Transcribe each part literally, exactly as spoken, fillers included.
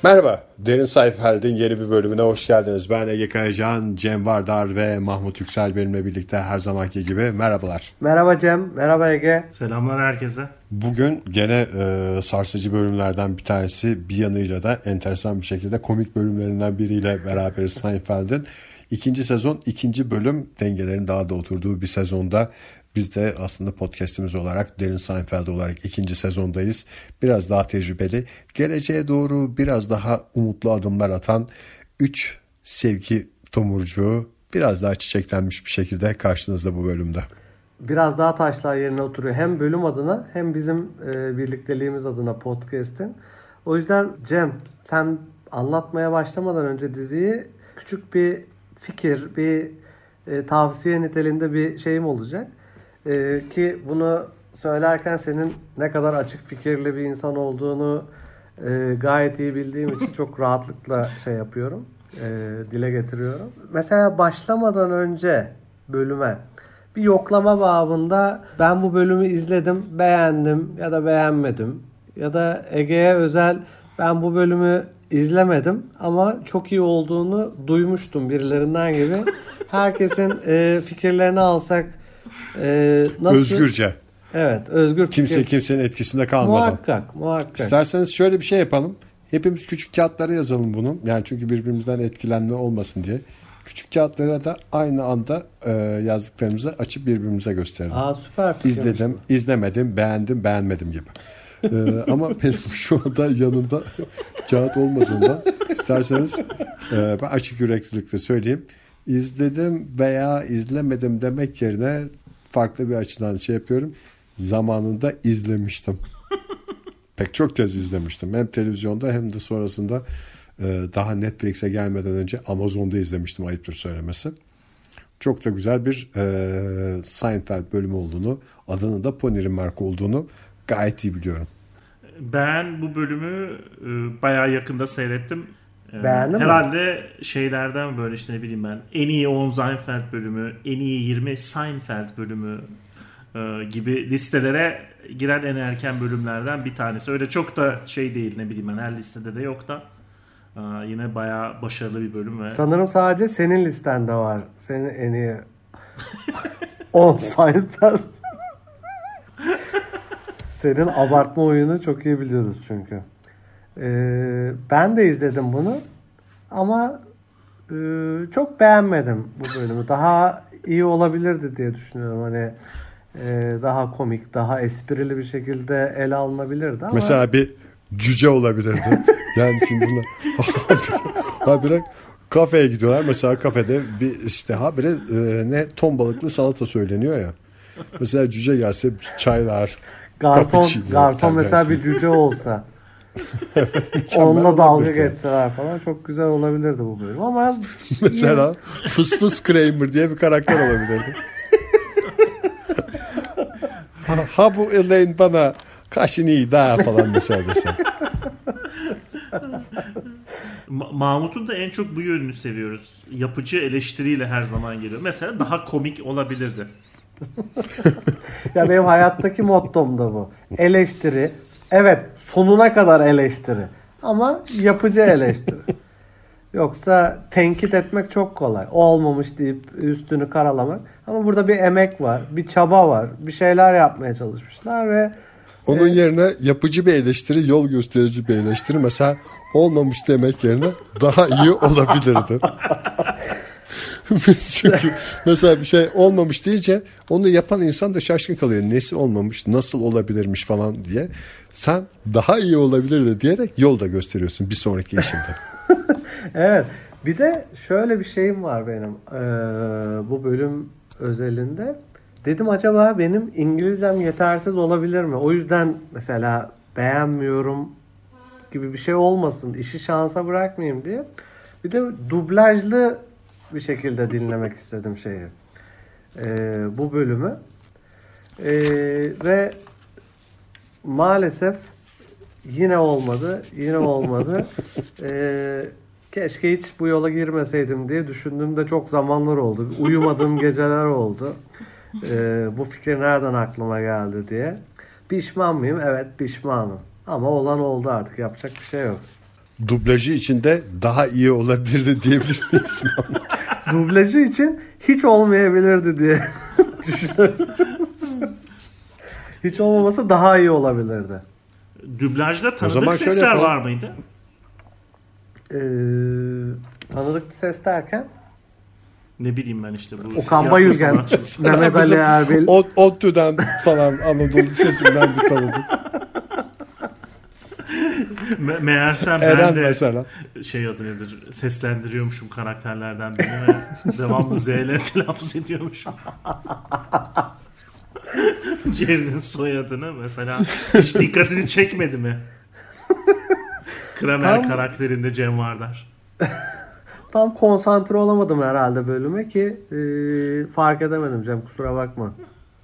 Merhaba, Derin Seinfeld'in yeni bir bölümüne hoş geldiniz. Ben Ege Kayacan, Cem Vardar ve Mahmut Yüksel benimle birlikte her zamanki gibi. Merhabalar. Merhaba Cem, merhaba Ege. Selamlar herkese. Bugün gene e, sarsıcı bölümlerden bir tanesi, bir yanıyla da enteresan bir şekilde komik bölümlerinden biriyle beraberiz Seinfeld'in. İkinci sezon, ikinci bölüm, dengelerin daha da oturduğu bir sezonda. Biz de aslında podcastimiz olarak Derin Seinfeld olarak ikinci sezondayız. Biraz daha tecrübeli, geleceğe doğru biraz daha umutlu adımlar atan üç sevgi tomurcuğu biraz daha çiçeklenmiş bir şekilde karşınızda bu bölümde. Biraz daha taşlar yerine oturuyor. Hem bölüm adına hem bizim e, birlikteliğimiz adına podcast'in. O yüzden Cem, sen anlatmaya başlamadan önce diziyi küçük bir fikir, bir e, tavsiye niteliğinde bir şeyim olacak. E, ki bunu söylerken senin ne kadar açık fikirli bir insan olduğunu e, gayet iyi bildiğim için çok rahatlıkla şey yapıyorum, e, dile getiriyorum. Mesela başlamadan önce bölüme bir yoklama babında ben bu bölümü izledim, beğendim ya da beğenmedim. Ya da Ege'ye özel ben bu bölümü izlemedim ama çok iyi olduğunu duymuştum birilerinden gibi. Herkesin e, fikirlerini alsak e, nasıl? Özgürce. Evet, özgür fikir. Kimse kimsenin etkisinde kalmadan. Muhakkak, muhakkak. İsterseniz şöyle bir şey yapalım. Hepimiz küçük kağıtlara yazalım bunu. Yani çünkü birbirimizden etkilenme olmasın diye. Küçük kağıtlara da aynı anda e, yazdıklarımızı açıp birbirimize gösterelim. Aa, süper fikir. İzledim, izlemedim, beğendim, beğenmedim gibi. e, ama benim şu anda yanımda kağıt olmadığından isterseniz e, ben açık yüreklilikle söyleyeyim. İzledim veya izlemedim demek yerine farklı bir açıdan şey yapıyorum. Zamanında izlemiştim. Pek çok kez izlemiştim. Hem televizyonda hem de sonrasında daha Netflix'e gelmeden önce Amazon'da izlemiştim, ayıptır söylemesi. Çok da güzel bir e, Seinfeld bölümü olduğunu, adının da Pony Remark olduğunu gayet iyi biliyorum. Ben bu bölümü e, bayağı yakında seyrettim. E, Beğendin mi? Herhalde şeylerden böyle işte ne bileyim ben en iyi on Seinfeld bölümü, en iyi yirmi Seinfeld bölümü e, gibi listelere giren en erken bölümlerden bir tanesi. Öyle çok da şey değil, ne bileyim ben, her listede de yok da. Aa, yine bayağı başarılı bir bölüm ve Sanırım sadece senin listende var. Senin en iyi on Seinfeld. Senin abartma oyunu çok iyi biliyoruz çünkü. Ee, ben de izledim bunu ama e, çok beğenmedim bu bölümü. Daha iyi olabilirdi diye düşünüyorum. Hani e, daha komik, daha esprili bir şekilde ele alınabilirdi ama. Mesela bir cüce olabilirdi. Yani şimdi bunlar habire kafeye gidiyorlar. Mesela kafede bir işte habire e, ne ton balıklı salata söyleniyor ya. Mesela cüce gelse çaylar, Garson, cappuccino, garson mesela bir cüce olsa. Onunla dalga geçseler falan çok güzel olabilirdi bu bölüm ama mesela Fıs Fıs Kramer diye bir karakter olabilirdi. ha, ha bu Elaine bana kaşını iyi daha falan mesela desem. Ma- Mahmut'un da en çok bu yönünü seviyoruz. Yapıcı eleştiriyle her zaman geliyor. Mesela daha komik olabilirdi. Ya benim hayattaki mottom da bu. Eleştiri. Evet, sonuna kadar eleştiri. Ama yapıcı eleştiri. Yoksa tenkit etmek çok kolay. Olmamış deyip üstünü karalamak. Ama burada bir emek var, bir çaba var. Bir şeyler yapmaya çalışmışlar ve onun yerine yapıcı bir eleştiri, yol gösterici bir eleştiri. Mesela olmamış demek yerine daha iyi olabilirdi. Çünkü mesela bir şey olmamış deyince onu yapan insan da şaşkın kalıyor. Nesi olmamış, nasıl olabilirmiş falan diye. Sen daha iyi olabilirdi diyerek yol da gösteriyorsun bir sonraki işinde. Evet. Bir de şöyle bir şeyim var benim ee, bu bölüm özelinde. Dedim acaba benim İngilizcem yetersiz olabilir mi? O yüzden mesela beğenmiyorum gibi bir şey olmasın, işi şansa bırakmayayım diye. Bir de dublajlı bir şekilde dinlemek istedim şeyi. Ee, bu bölümü. Ee, ve maalesef yine olmadı. Yine olmadı. Ee, keşke hiç bu yola girmeseydim diye düşündüğümde çok zamanlar oldu. Uyumadığım geceler oldu. Ee, bu fikir nereden aklıma geldi diye. Pişman mıyım? Evet, pişmanım. Ama olan oldu artık. Yapacak bir şey yok. dublajı için de daha iyi olabilirdi diyebilir miyiz? Dublajı için hiç olmayabilirdi diye düşünüyorum. Hiç olmaması daha iyi olabilirdi. Dublajda tanıdık sesler var mıydı? Ee, tanıdık ses derken? Ne bileyim ben işte bu. Okan Bayülgen, Mehmet Ali Erbil. ODTÜ'den falan Anadolu Sesi'nden bir tanıdık. Me- meğersem ben Eren de mesela. şey adı nedir seslendiriyormuşum karakterlerden birini ve devamlı Z ile telaffuz ediyormuşum. Jerry'nin soyadını mesela hiç dikkatini çekmedi mi? Kramer Tam... karakterinde Cem Vardar. Tam konsantre olamadım herhalde bölüme ki e, fark edemedim Cem, kusura bakma.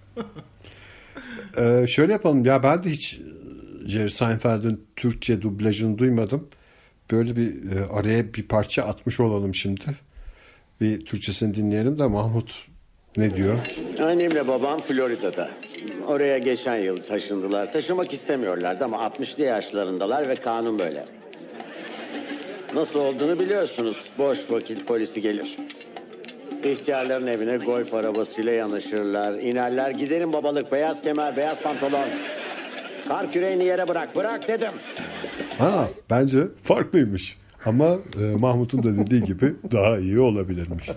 Ee, şöyle yapalım ya, ben de hiç Jerry Seinfeld'in Türkçe dublajını duymadım. Böyle bir e, araya bir parça atmış olalım şimdi. Bir Türkçesini dinleyelim de Mahmut ne diyor? Annemle babam Florida'da. Oraya geçen yıl taşındılar. Taşımak istemiyorlardı ama altmışlı yaşlarındalar ve kanun böyle. Nasıl olduğunu biliyorsunuz. Boş vakit polisi gelir. İhtiyarların evine golf arabasıyla yanaşırlar. İnerler, giderim babalık, beyaz kemer, beyaz pantolon. Kar küreğini yere bırak, bırak dedim. Ha, bence farklıymış. Ama e, Mahmut'un da dediği gibi daha iyi olabilirmiş.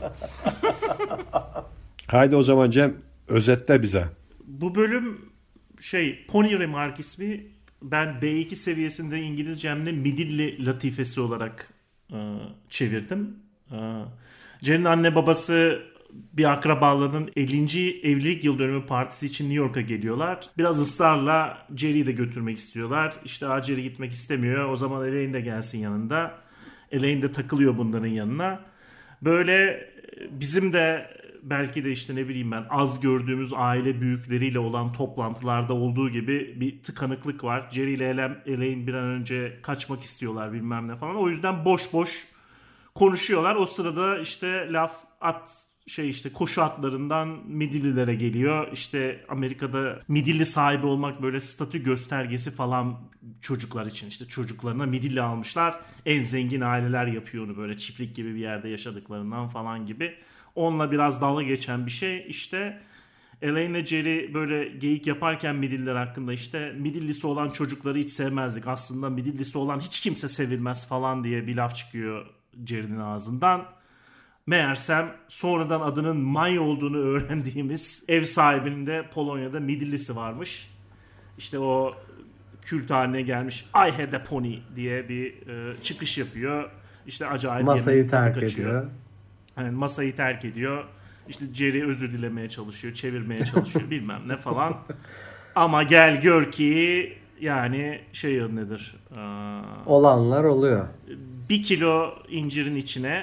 Haydi o zaman Cem, özetle bize. Bu bölüm şey Pony Remark ismi, ben B iki seviyesinde İngilizcemle midilli latifesi olarak e, çevirdim. E, Jerry'nin anne babası bir akrabalarının ellinci evlilik yıl dönümü partisi için New York'a geliyorlar. Biraz ısrarla Jerry'yi de götürmek istiyorlar. İşte Jerry gitmek istemiyor. O zaman Elaine de gelsin yanında. Elaine de takılıyor bunların yanına. Böyle bizim de belki de işte ne bileyim ben az gördüğümüz aile büyükleriyle olan toplantılarda olduğu gibi bir tıkanıklık var. Jerry ile Elaine bir an önce kaçmak istiyorlar bilmem ne falan. O yüzden boş boş konuşuyorlar. O sırada işte laf at şey işte koşu atlarından midillilere geliyor. İşte Amerika'da midilli sahibi olmak böyle statü göstergesi falan çocuklar için. İşte çocuklarına midilli almışlar. En zengin aileler yapıyor onu, böyle çiftlik gibi bir yerde yaşadıklarından falan gibi. Onunla biraz dalga geçen bir şey. İşte Elaine ile Jerry böyle geyik yaparken midilliler hakkında işte midillisi olan çocukları hiç sevmezdik. Aslında midillisi olan hiç kimse sevilmez falan diye bir laf çıkıyor Jerry'nin ağzından. Meğersem sonradan adının May olduğunu öğrendiğimiz ev sahibinin de Polonya'da midillisi varmış. İşte o kült haline gelmiş I had a pony diye bir e, çıkış yapıyor. İşte acayip masayı terk ediyor. Yani masayı terk ediyor. İşte Jerry özür dilemeye çalışıyor, çevirmeye çalışıyor bilmem ne falan. Ama gel gör ki yani şey nedir? Ee, Olanlar oluyor. Bir kilo incirin içine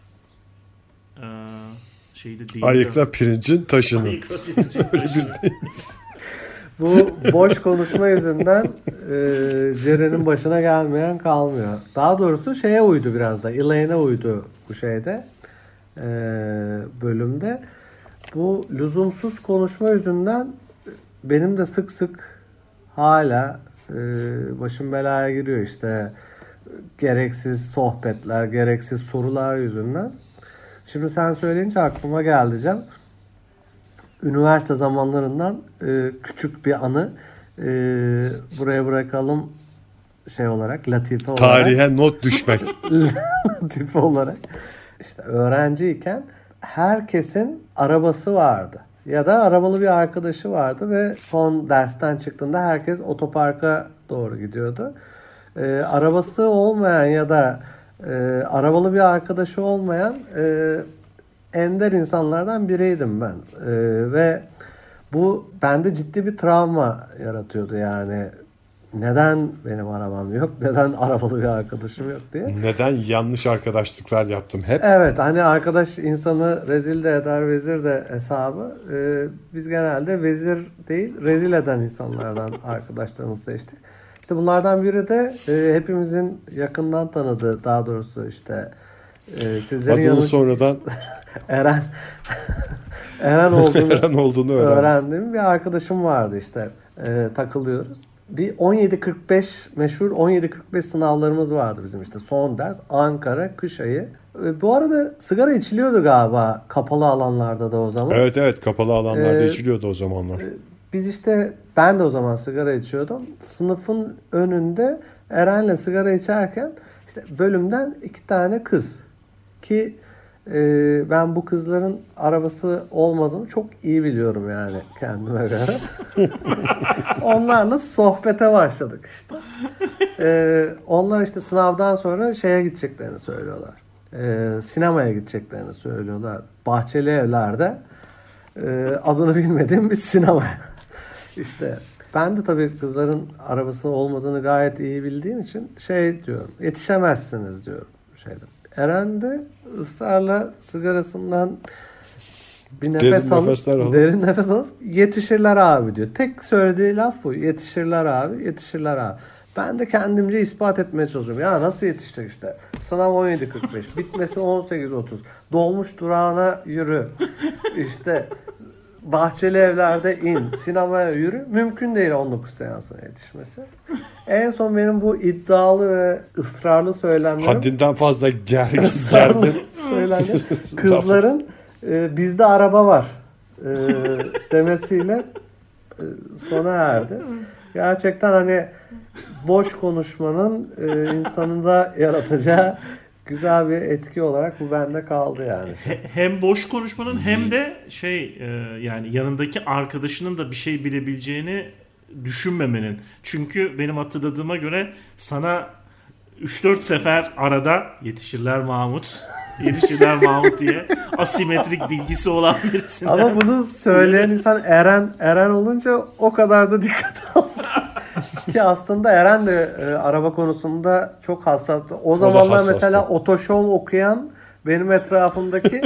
Ee, şeyde değil. Ayıkla pirincin taşını. Ayıkla pirincin taşını. Bu boş konuşma yüzünden e, Jerry'nin başına gelmeyen kalmıyor. Daha doğrusu şeye uydu biraz da. Elaine'e uydu bu şeyde. E, bölümde. Bu lüzumsuz konuşma yüzünden benim de sık sık hala e, başım belaya giriyor işte. Gereksiz sohbetler, gereksiz sorular yüzünden. Şimdi sen söyleyince aklıma geldi Cem. Üniversite zamanlarından e, küçük bir anı e, buraya bırakalım şey olarak, latife olarak. Tarihe not düşmek. Latife olarak. İşte öğrenciyken herkesin arabası vardı. Ya da arabalı bir arkadaşı vardı ve son dersten çıktığında herkes otoparka doğru gidiyordu. E, arabası olmayan ya da e, arabalı bir arkadaşı olmayan e, ender insanlardan biriydim ben. E, ve bu bende ciddi bir travma yaratıyordu yani. Neden benim arabam yok? Neden arabalı bir arkadaşım yok diye. Neden yanlış arkadaşlıklar yaptım hep? Evet, hani arkadaş insanı rezil de eder, vezir de hesabı. Ee, biz genelde vezir değil, rezil eden insanlardan arkadaşlarımızı seçtik. İşte bunlardan biri de e, hepimizin yakından tanıdığı, daha doğrusu işte e, sizlerin adını yanı... sonradan Eren Eren olduğunu, Eren olduğunu öğrendiğim bir arkadaşım vardı işte. E, takılıyoruz. bir on yedi kırk beş meşhur on yedi kırk beş sınavlarımız vardı bizim işte son ders Ankara kış ayı. Bu arada sigara içiliyordu galiba kapalı alanlarda da o zaman. Evet evet kapalı alanlarda ee, içiliyordu o zamanlar. Biz işte ben de o zaman sigara içiyordum. Sınıfın önünde Eren'le sigara içerken işte bölümden iki tane kız ki e, ben bu kızların arabası olmadığını çok iyi biliyorum yani kendime göre. Onlarla sohbete başladık işte. E, onlar işte sınavdan sonra şeye gideceklerini söylüyorlar. E, sinemaya gideceklerini söylüyorlar. Bahçeli Evler'de e, adını bilmediğim bir sinemaya. İşte ben de tabii kızların arabası olmadığını gayet iyi bildiğim için şey diyorum, yetişemezsiniz diyorum şeyden. Eren de ısrarla sigarasından bir nefes derin alıp, alıp derin nefes alıp yetişirler abi diyor. Tek söylediği laf bu. Yetişirler abi, yetişirler abi. Ben de kendimce ispat etmeye çalışıyorum. Ya nasıl yetiştik işte. Sınav on yedi kırk beş, bitmesi on sekiz otuz. Dolmuş durağına yürü. İşte Bahçeli Evler'de in, sinemaya yürü. Mümkün değil on dokuz seansına yetişmesi. En son benim bu iddialı ve ısrarlı söylemlerim... Haddinden fazla gergin. Israrlı söylemler. Kızların e, bizde araba var e, demesiyle e, sona erdi. Gerçekten hani boş konuşmanın e, insanında yaratacağı güzel bir etki olarak bu bende kaldı yani. Hem boş konuşmanın hem de şey yani yanındaki arkadaşının da bir şey bilebileceğini düşünmemenin. Çünkü benim hatırladığıma göre sana üç dört sefer arada yetişirler Mahmut, yetişirler Mahmut diye asimetrik bilgisi olan birisinden. Ama bunu söyleyen insan Eren Eren olunca o kadar da dikkat aldı. Ki aslında Eren de e, araba konusunda çok hassas. O zamanlar o mesela Otoşov okuyan benim etrafımdaki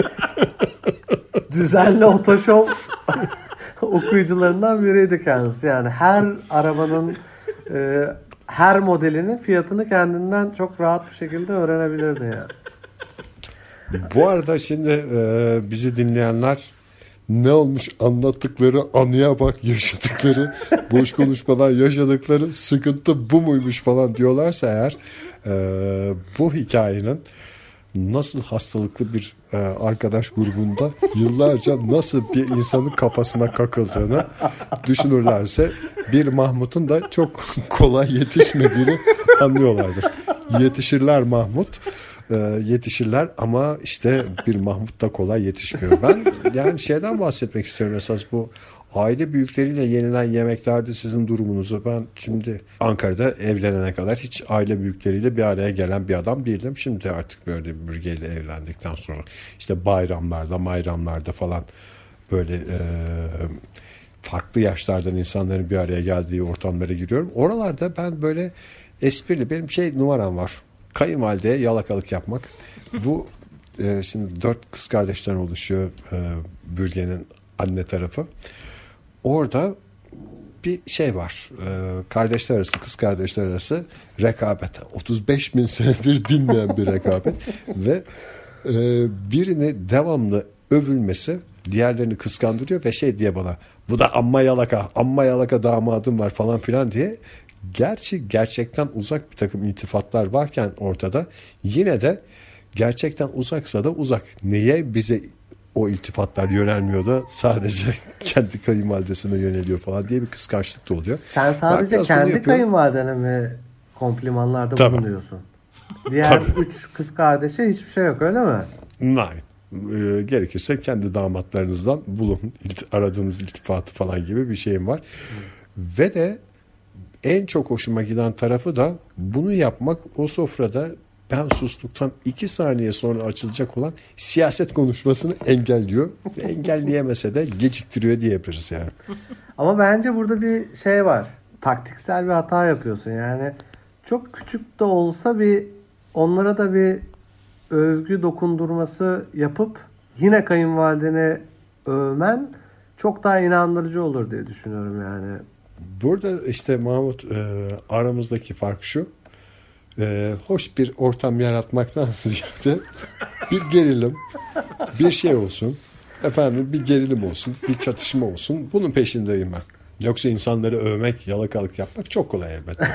düzenli Otoşov okuyucularından biriydi kendisi. Yani her arabanın e, her modelinin fiyatını kendinden çok rahat bir şekilde öğrenebilirdi yani. Bu arada şimdi e, bizi dinleyenler ne olmuş anlattıkları, anıya bak yaşadıkları, boş konuşmadan yaşadıkları sıkıntı bu muymuş falan diyorlarsa eğer e, bu hikayenin nasıl hastalıklı bir e, arkadaş grubunda yıllarca nasıl bir insanın kafasına kakıldığını düşünürlerse bir Mahmut'un da çok kolay yetişmediğini anlıyorlardır. Yetişirler Mahmut. E, yetişirler ama işte bir Mahmut da kolay yetişmiyor. Ben yani şeyden bahsetmek istiyorum esas bu aile büyükleriyle yenilen yemeklerde sizin durumunuzu. Ben şimdi Ankara'da evlenene kadar hiç aile büyükleriyle bir araya gelen bir adam değildim. Şimdi artık böyle bir bürgeyle evlendikten sonra işte bayramlarda, mayramlarda falan böyle e, farklı yaşlardan insanların bir araya geldiği ortamlara giriyorum. Oralarda ben böyle esprili benim şey numaram var. Kayınvalideye yalakalık yapmak. Bu e, şimdi dört kız kardeşten oluşuyor e, bürgenin anne tarafı. Orada bir şey var. E, kardeşler arası, kız kardeşler arası rekabet. otuz beş bin senedir dinmeyen bir rekabet. Ve e, birini devamlı övülmesi diğerlerini kıskandırıyor ve şey diye bana bu da amma yalaka, amma yalaka damadım var falan filan diye. Gerçi gerçekten uzak bir takım iltifatlar varken ortada yine de gerçekten uzaksa da uzak. Neye bize o iltifatlar yönelmiyor da sadece kendi kayınvalidesine yöneliyor falan diye bir kıskançlık da oluyor. Sen sadece kendi kayınvalidene mi komplimanlarda Tabii. bulunuyorsun? Diğer Tabii. üç kız kardeşe hiçbir şey yok öyle mi? Hayır. Ee, gerekirse kendi damatlarınızdan bulun. Aradığınız iltifatı falan gibi bir şeyim var. Hmm. Ve de en çok hoşuma giden tarafı da bunu yapmak o sofrada ben sustuktan iki saniye sonra açılacak olan siyaset konuşmasını engelliyor. Ve engelleyemese de geciktiriyor diyebiliriz yani. Ama bence burada bir şey var. Taktiksel bir hata yapıyorsun. Yani çok küçük de olsa bir onlara da bir övgü dokundurması yapıp yine kayınvalideni övmen çok daha inandırıcı olur diye düşünüyorum yani. Burada işte Mahmut e, aramızdaki fark şu. E, hoş bir ortam yaratmaktan ziyade bir gerilim, bir şey olsun. Efendim bir gerilim olsun, bir çatışma olsun. Bunun peşindeyim ben. Yoksa insanları övmek, yalakalık yapmak çok kolay elbette.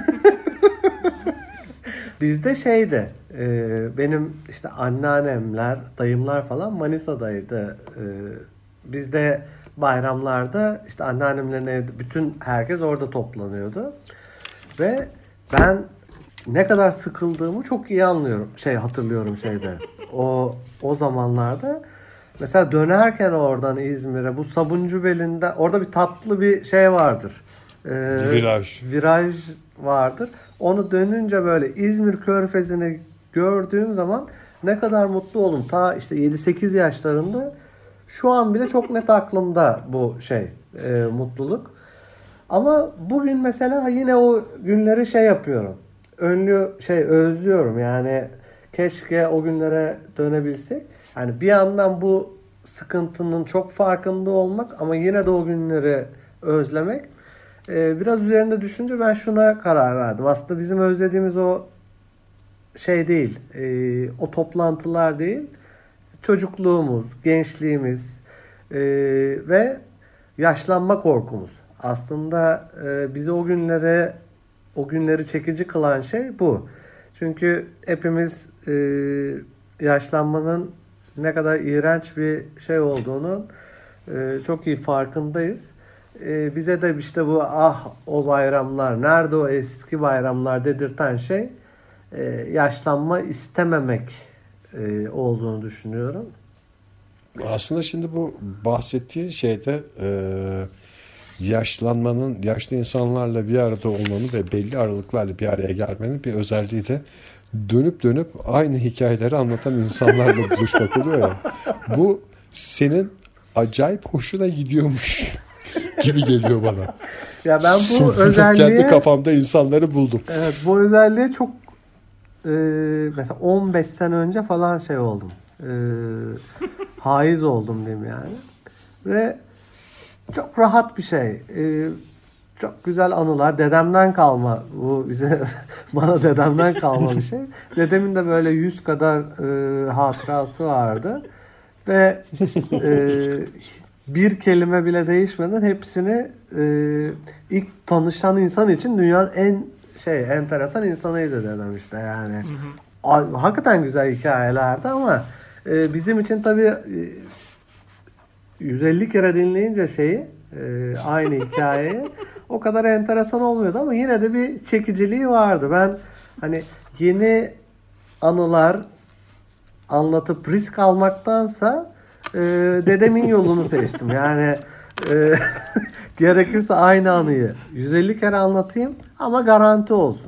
Bizde şeydi, e, benim işte anneannemler, dayımlar falan Manisa'daydı. E, bizde bayramlarda işte anneannemlerin evde bütün herkes orada toplanıyordu. Ve ben ne kadar sıkıldığımı çok iyi anlıyorum. Şey hatırlıyorum şeyde. O o zamanlarda mesela dönerken oradan İzmir'e bu Sabuncubeli'nde orada bir tatlı bir şey vardır. Ee, Viraj. Viraj vardır. Onu dönünce böyle İzmir Körfezi'ni gördüğüm zaman ne kadar mutlu oldum. Ta işte yedi sekiz yaşlarında şu an bile çok net aklımda bu şey e, mutluluk. Ama bugün mesela yine o günleri şey yapıyorum. Önlü şey özlüyorum. Yani keşke o günlere dönebilsek. Yani bir yandan bu sıkıntının çok farkında olmak ama yine de o günleri özlemek. Ee, biraz üzerinde düşünce ben şuna karar verdim. Aslında bizim özlediğimiz o şey değil. E, o toplantılar değil. Çocukluğumuz, gençliğimiz e, ve yaşlanma korkumuz. Aslında e, bizi o günlere o günleri çekici kılan şey bu. Çünkü hepimiz e, yaşlanmanın ne kadar iğrenç bir şey olduğunu e, çok iyi farkındayız. E, bize de işte bu ah o bayramlar, nerede o eski bayramlar dedirten şey e, yaşlanma istememek e, olduğunu düşünüyorum. Aslında şimdi bu bahsettiğin şeyde e, yaşlanmanın, yaşlı insanlarla bir arada olmanın ve belli aralıklarla bir araya gelmenin bir özelliği de dönüp dönüp aynı hikayeleri anlatan insanlarla buluşmak oluyor ya. Bu senin acayip hoşuna gidiyormuş gibi geliyor bana. Ya ben bu özelliğe kendi kafamda insanları buldum. Evet, bu özelliğe çok e, mesela on beş sene önce falan şey oldum. E, haiz oldum diyeyim yani. Ve çok rahat bir şey. E, çok güzel anılar. Dedemden kalma. Bu bize bana dedemden kalma bir şey. Dedemin de böyle yüz kadar e, hatırası vardı. Ve e, bir kelime bile değişmeden hepsini e, ilk tanışan insan için dünyanın en şey enteresan insanıydı dedem işte yani. Hı hı. Hakikaten güzel hikayelerdi ama e, bizim için tabii e, yüz elli kere dinleyince şeyi e, aynı hikayeyi o kadar enteresan olmuyordu ama yine de bir çekiciliği vardı. Ben hani yeni anılar anlatıp risk almaktansa e, dedemin yolunu seçtim. Yani e, gerekirse aynı anıyı yüz elli kere anlatayım ama garanti olsun.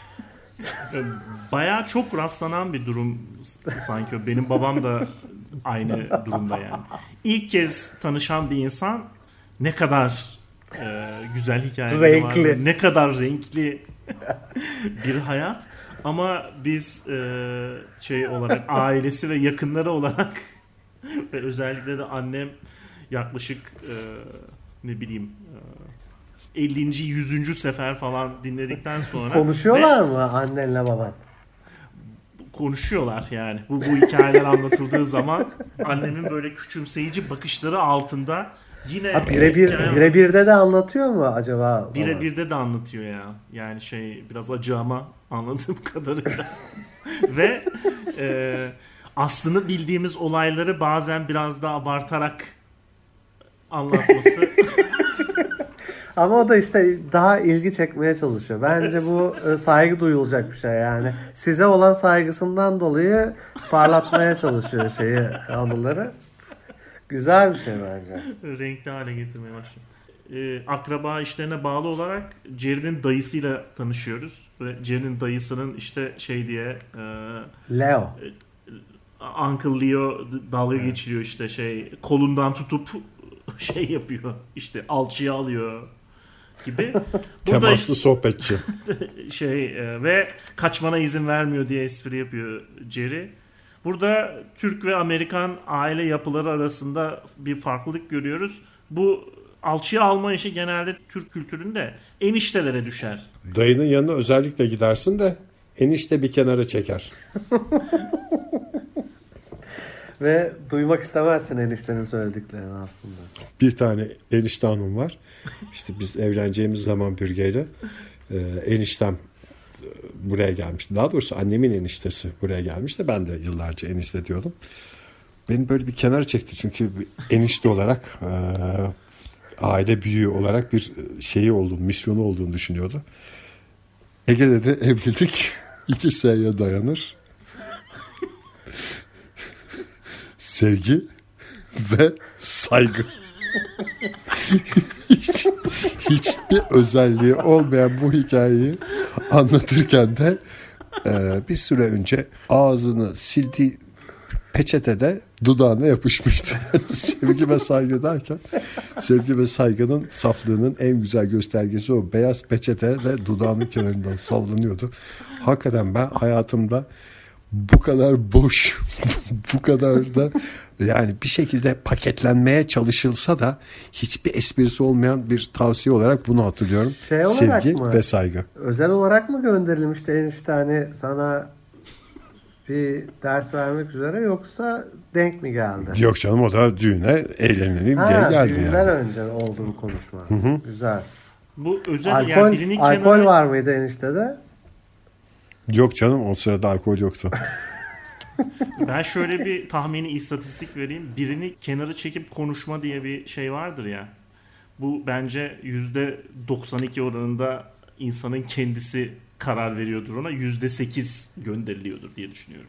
Bayağı çok rastlanan bir durum sanki. Benim babam da aynı durumda yani. İlk kez tanışan bir insan ne kadar e, güzel hikayeleri var. Ne kadar renkli bir hayat. Ama biz e, şey olarak ailesi ve yakınları olarak ve özellikle de annem yaklaşık e, ne bileyim e, ellinci yüzüncü sefer falan dinledikten sonra konuşuyorlar ve, mı annenle baban? Konuşuyorlar yani. Bu, bu hikayeler anlatıldığı zaman annemin böyle küçümseyici bakışları altında yine ha, birebir hikaye... birebirde de anlatıyor mu acaba? Birebirde de anlatıyor ya. Yani şey biraz acı ama anladığım kadarıyla. Ve e, aslında bildiğimiz olayları bazen biraz daha abartarak anlatması. Ama o da işte daha ilgi çekmeye çalışıyor. Bence evet. Bu saygı duyulacak bir şey yani. Size olan saygısından dolayı parlatmaya çalışıyor şeyi, anıları. Güzel bir şey bence. Renkli hale getirmeye başlıyor. Ee, akraba işlerine bağlı olarak Jerry'nin dayısıyla tanışıyoruz. Ve Jerry'nin dayısının işte şey diye e, Leo. E, Uncle Leo dalga evet. geçiriyor işte şey kolundan tutup şey yapıyor. İşte alçıya alıyor gibi. Temaslı işte, sohbetçi. şey e, ve kaçmana izin vermiyor diye espri yapıyor Jerry. Burada Türk ve Amerikan aile yapıları arasında bir farklılık görüyoruz. Bu alçıya alma işi genelde Türk kültüründe eniştelere düşer. Dayının yanına özellikle gidersin de enişte bir kenara çeker. Ve duymak istemezsin eniştenin söylediklerini aslında. Bir tane enişte hanım var. İşte biz evleneceğimiz zaman Bürge'yle e, eniştem buraya gelmişti. Daha doğrusu annemin eniştesi buraya gelmişti. Ben de yıllarca enişte diyordum. Beni böyle bir kenara çekti. Çünkü bir enişte olarak e, aile büyüğü olarak bir şeyi olduğunu, misyonu olduğunu düşünüyordu. Ege'de de evlilik iki S'ye dayanır. Sevgi ve saygı. Hiç, hiçbir özelliği olmayan bu hikayeyi anlatırken de e, bir süre önce ağzını sildiği peçetede dudağına yapışmıştı. Sevgi ve saygı derken sevgi ve saygının saflığının en güzel göstergesi o beyaz peçete de dudağının kenarından sallanıyordu. Hakikaten ben hayatımda bu kadar boş, bu kadar da yani bir şekilde paketlenmeye çalışılsa da hiçbir esprisi olmayan bir tavsiye olarak bunu hatırlıyorum. Şey olarak Sevgi mı? Ve saygı. Özel olarak mı gönderilmişti enişte hani sana bir ders vermek üzere yoksa denk mi geldi? Yok canım o da düğüne eğlenelim diye Ha, geldi düğünden yani. önce oldu bu konuşma. Hı hı. Güzel. Bu özel Alkol, yani birinin alkol kenara... var mıydı eniştede? Yok canım o sırada alkol yoktu. Ben şöyle bir tahmini istatistik vereyim. Birini kenara çekip konuşma diye bir şey vardır ya. Bu bence yüzde doksan iki oranında insanın kendisi karar veriyordur ona. yüzde sekiz gönderiliyordur diye düşünüyorum.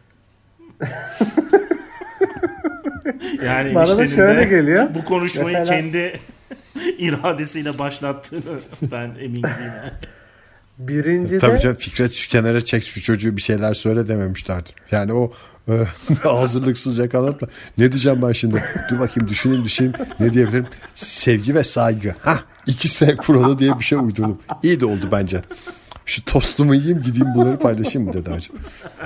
Yani Bana da şöyle geliyor. Bu konuşmayı Mesela... kendi iradesiyle başlattığını ben emin değilim. Birincide... Tabii canım Fikret şu kenara çek şu çocuğu bir şeyler söyle dememişlerdir. Yani o e, hazırlıksız yakalanıp ne diyeceğim ben şimdi? Dur bakayım düşüneyim düşüneyim ne diyebilirim? Sevgi ve saygı. Hah iki S kuralı diye bir şey uydurdum. İyi de oldu bence. Şu tostumu yiyeyim gideyim bunları paylaşayım mı dedi acaba?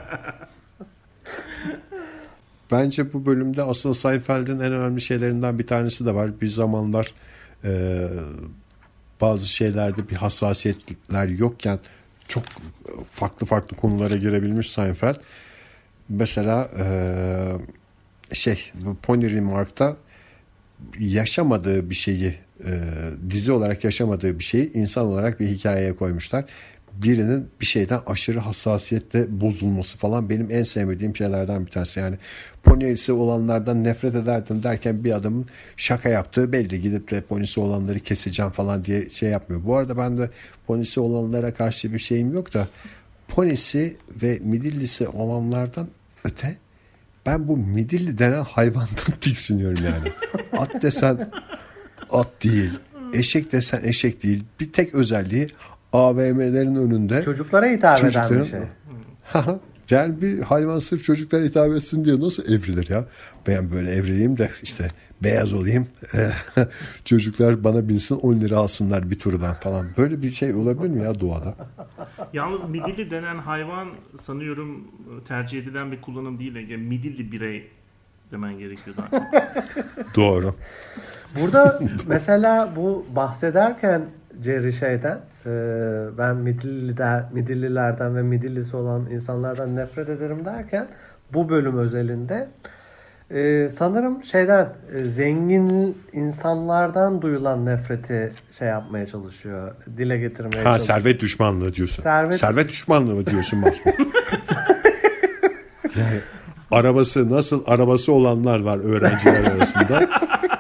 Bence bu bölümde aslında Seinfeld'in en önemli şeylerinden bir tanesi de var. Bir zamanlar e, bazı şeylerde bir hassasiyetler yokken çok farklı farklı konulara girebilmiş Seinfeld. Mesela e, şey Pony Remark'ta yaşamadığı bir şeyi e, dizi olarak yaşamadığı bir şeyi insan olarak bir hikayeye koymuşlar. Birinin bir şeyden aşırı hassasiyetle bozulması falan benim en sevmediğim şeylerden bir tanesi. Yani ponisi olanlardan nefret ederdim derken bir adamın şaka yaptığı belli. Gidip de ponisi olanları keseceğim falan diye şey yapmıyor. Bu arada ben de ponisi olanlara karşı bir şeyim yok da ponisi ve midillisi olanlardan öte ben bu midilli denen hayvandan tiksiniyorum yani. At desen at değil. Eşek desen eşek değil. Bir tek özelliği A V M'lerin önünde çocuklara hitap eden bir şey. Yani bir hayvan sırf çocuklara hitap etsin diye nasıl evrilir ya? Ben böyle evrileyim de işte beyaz olayım. Çocuklar bana binsin on lira alsınlar bir turdan falan. Böyle bir şey olabilir mi ya doğada? Yalnız midilli denen hayvan sanıyorum tercih edilen bir kullanım değil. Yani midilli birey demen gerekiyor daha. Doğru. Burada mesela bu bahsederken Jerry şeyden e, ben Midilli'de, Midillilerden ve Midillisi olan insanlardan nefret ederim derken bu bölüm özelinde e, sanırım şeyden e, zengin insanlardan duyulan nefreti şey yapmaya çalışıyor, dile getirmeye ha, çalışıyor. Servet düşmanlığı diyorsun. Servet, servet düşmanlığı mı diyorsun Mahmut? Yani arabası nasıl arabası olanlar var öğrenciler arasında.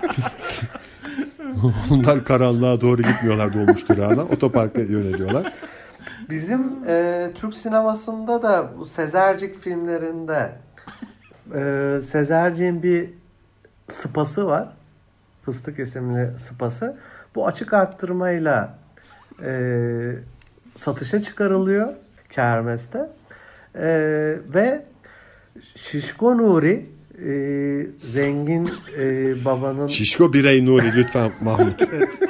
Onlar karanlığa doğru gitmiyorlar dolmuş durağına. Otoparka yöneliyorlar. Bizim e, Türk sinemasında da bu Sezercik filmlerinde e, Sezercik'in bir sıpası var. Fıstık isimli sıpası. Bu açık arttırmayla e, satışa çıkarılıyor kermeste. E, ve Şişko Nuri e, zengin e, babanın Şişko birey Nuri lütfen Mahmut.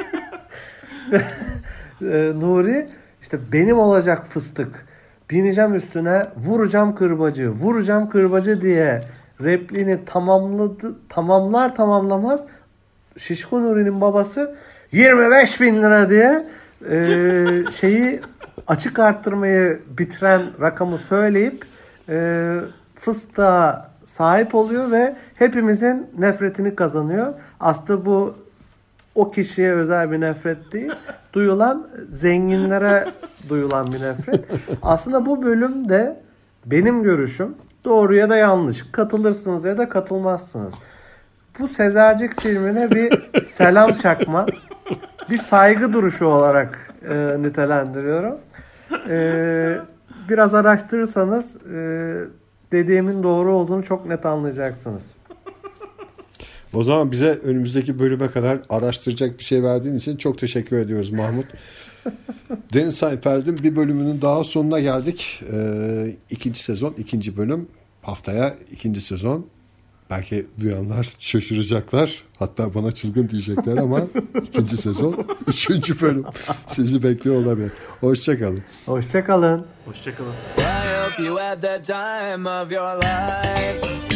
e, Nuri işte benim olacak fıstık, bineceğim üstüne, vuracağım kırbacı vuracağım kırbacı diye repliğini tamamladı, tamamlar tamamlamaz Şişko Nuri'nin babası yirmi beş bin lira diye e, şeyi açık arttırmayı bitiren rakamı söyleyip e, fıstığa sahip oluyor ve hepimizin nefretini kazanıyor. Aslında bu o kişiye özel bir nefret değil, duyulan zenginlere duyulan bir nefret. Aslında bu bölüm de benim görüşüm, doğru ya da yanlış, katılırsınız ya da katılmazsınız. Bu Sezercik filmine bir selam çakma, bir saygı duruşu olarak e, nitelendiriyorum. E, biraz araştırırsanız e, dediğimin doğru olduğunu çok net anlayacaksınız. O zaman bize önümüzdeki bölüme kadar araştıracak bir şey verdiğin için çok teşekkür ediyoruz Mahmut. Deniz Seinfeld'in bir bölümünün daha sonuna geldik. Ee, ikinci sezon, ikinci bölüm. Haftaya ikinci sezon. Belki duyanlar şaşıracaklar. Hatta bana çılgın diyecekler ama ikinci sezon, üçüncü bölüm sizi bekliyor olabilir. Hoşçakalın. Hoşçakalın. Hoşçakalın. I hope you had the time of your life.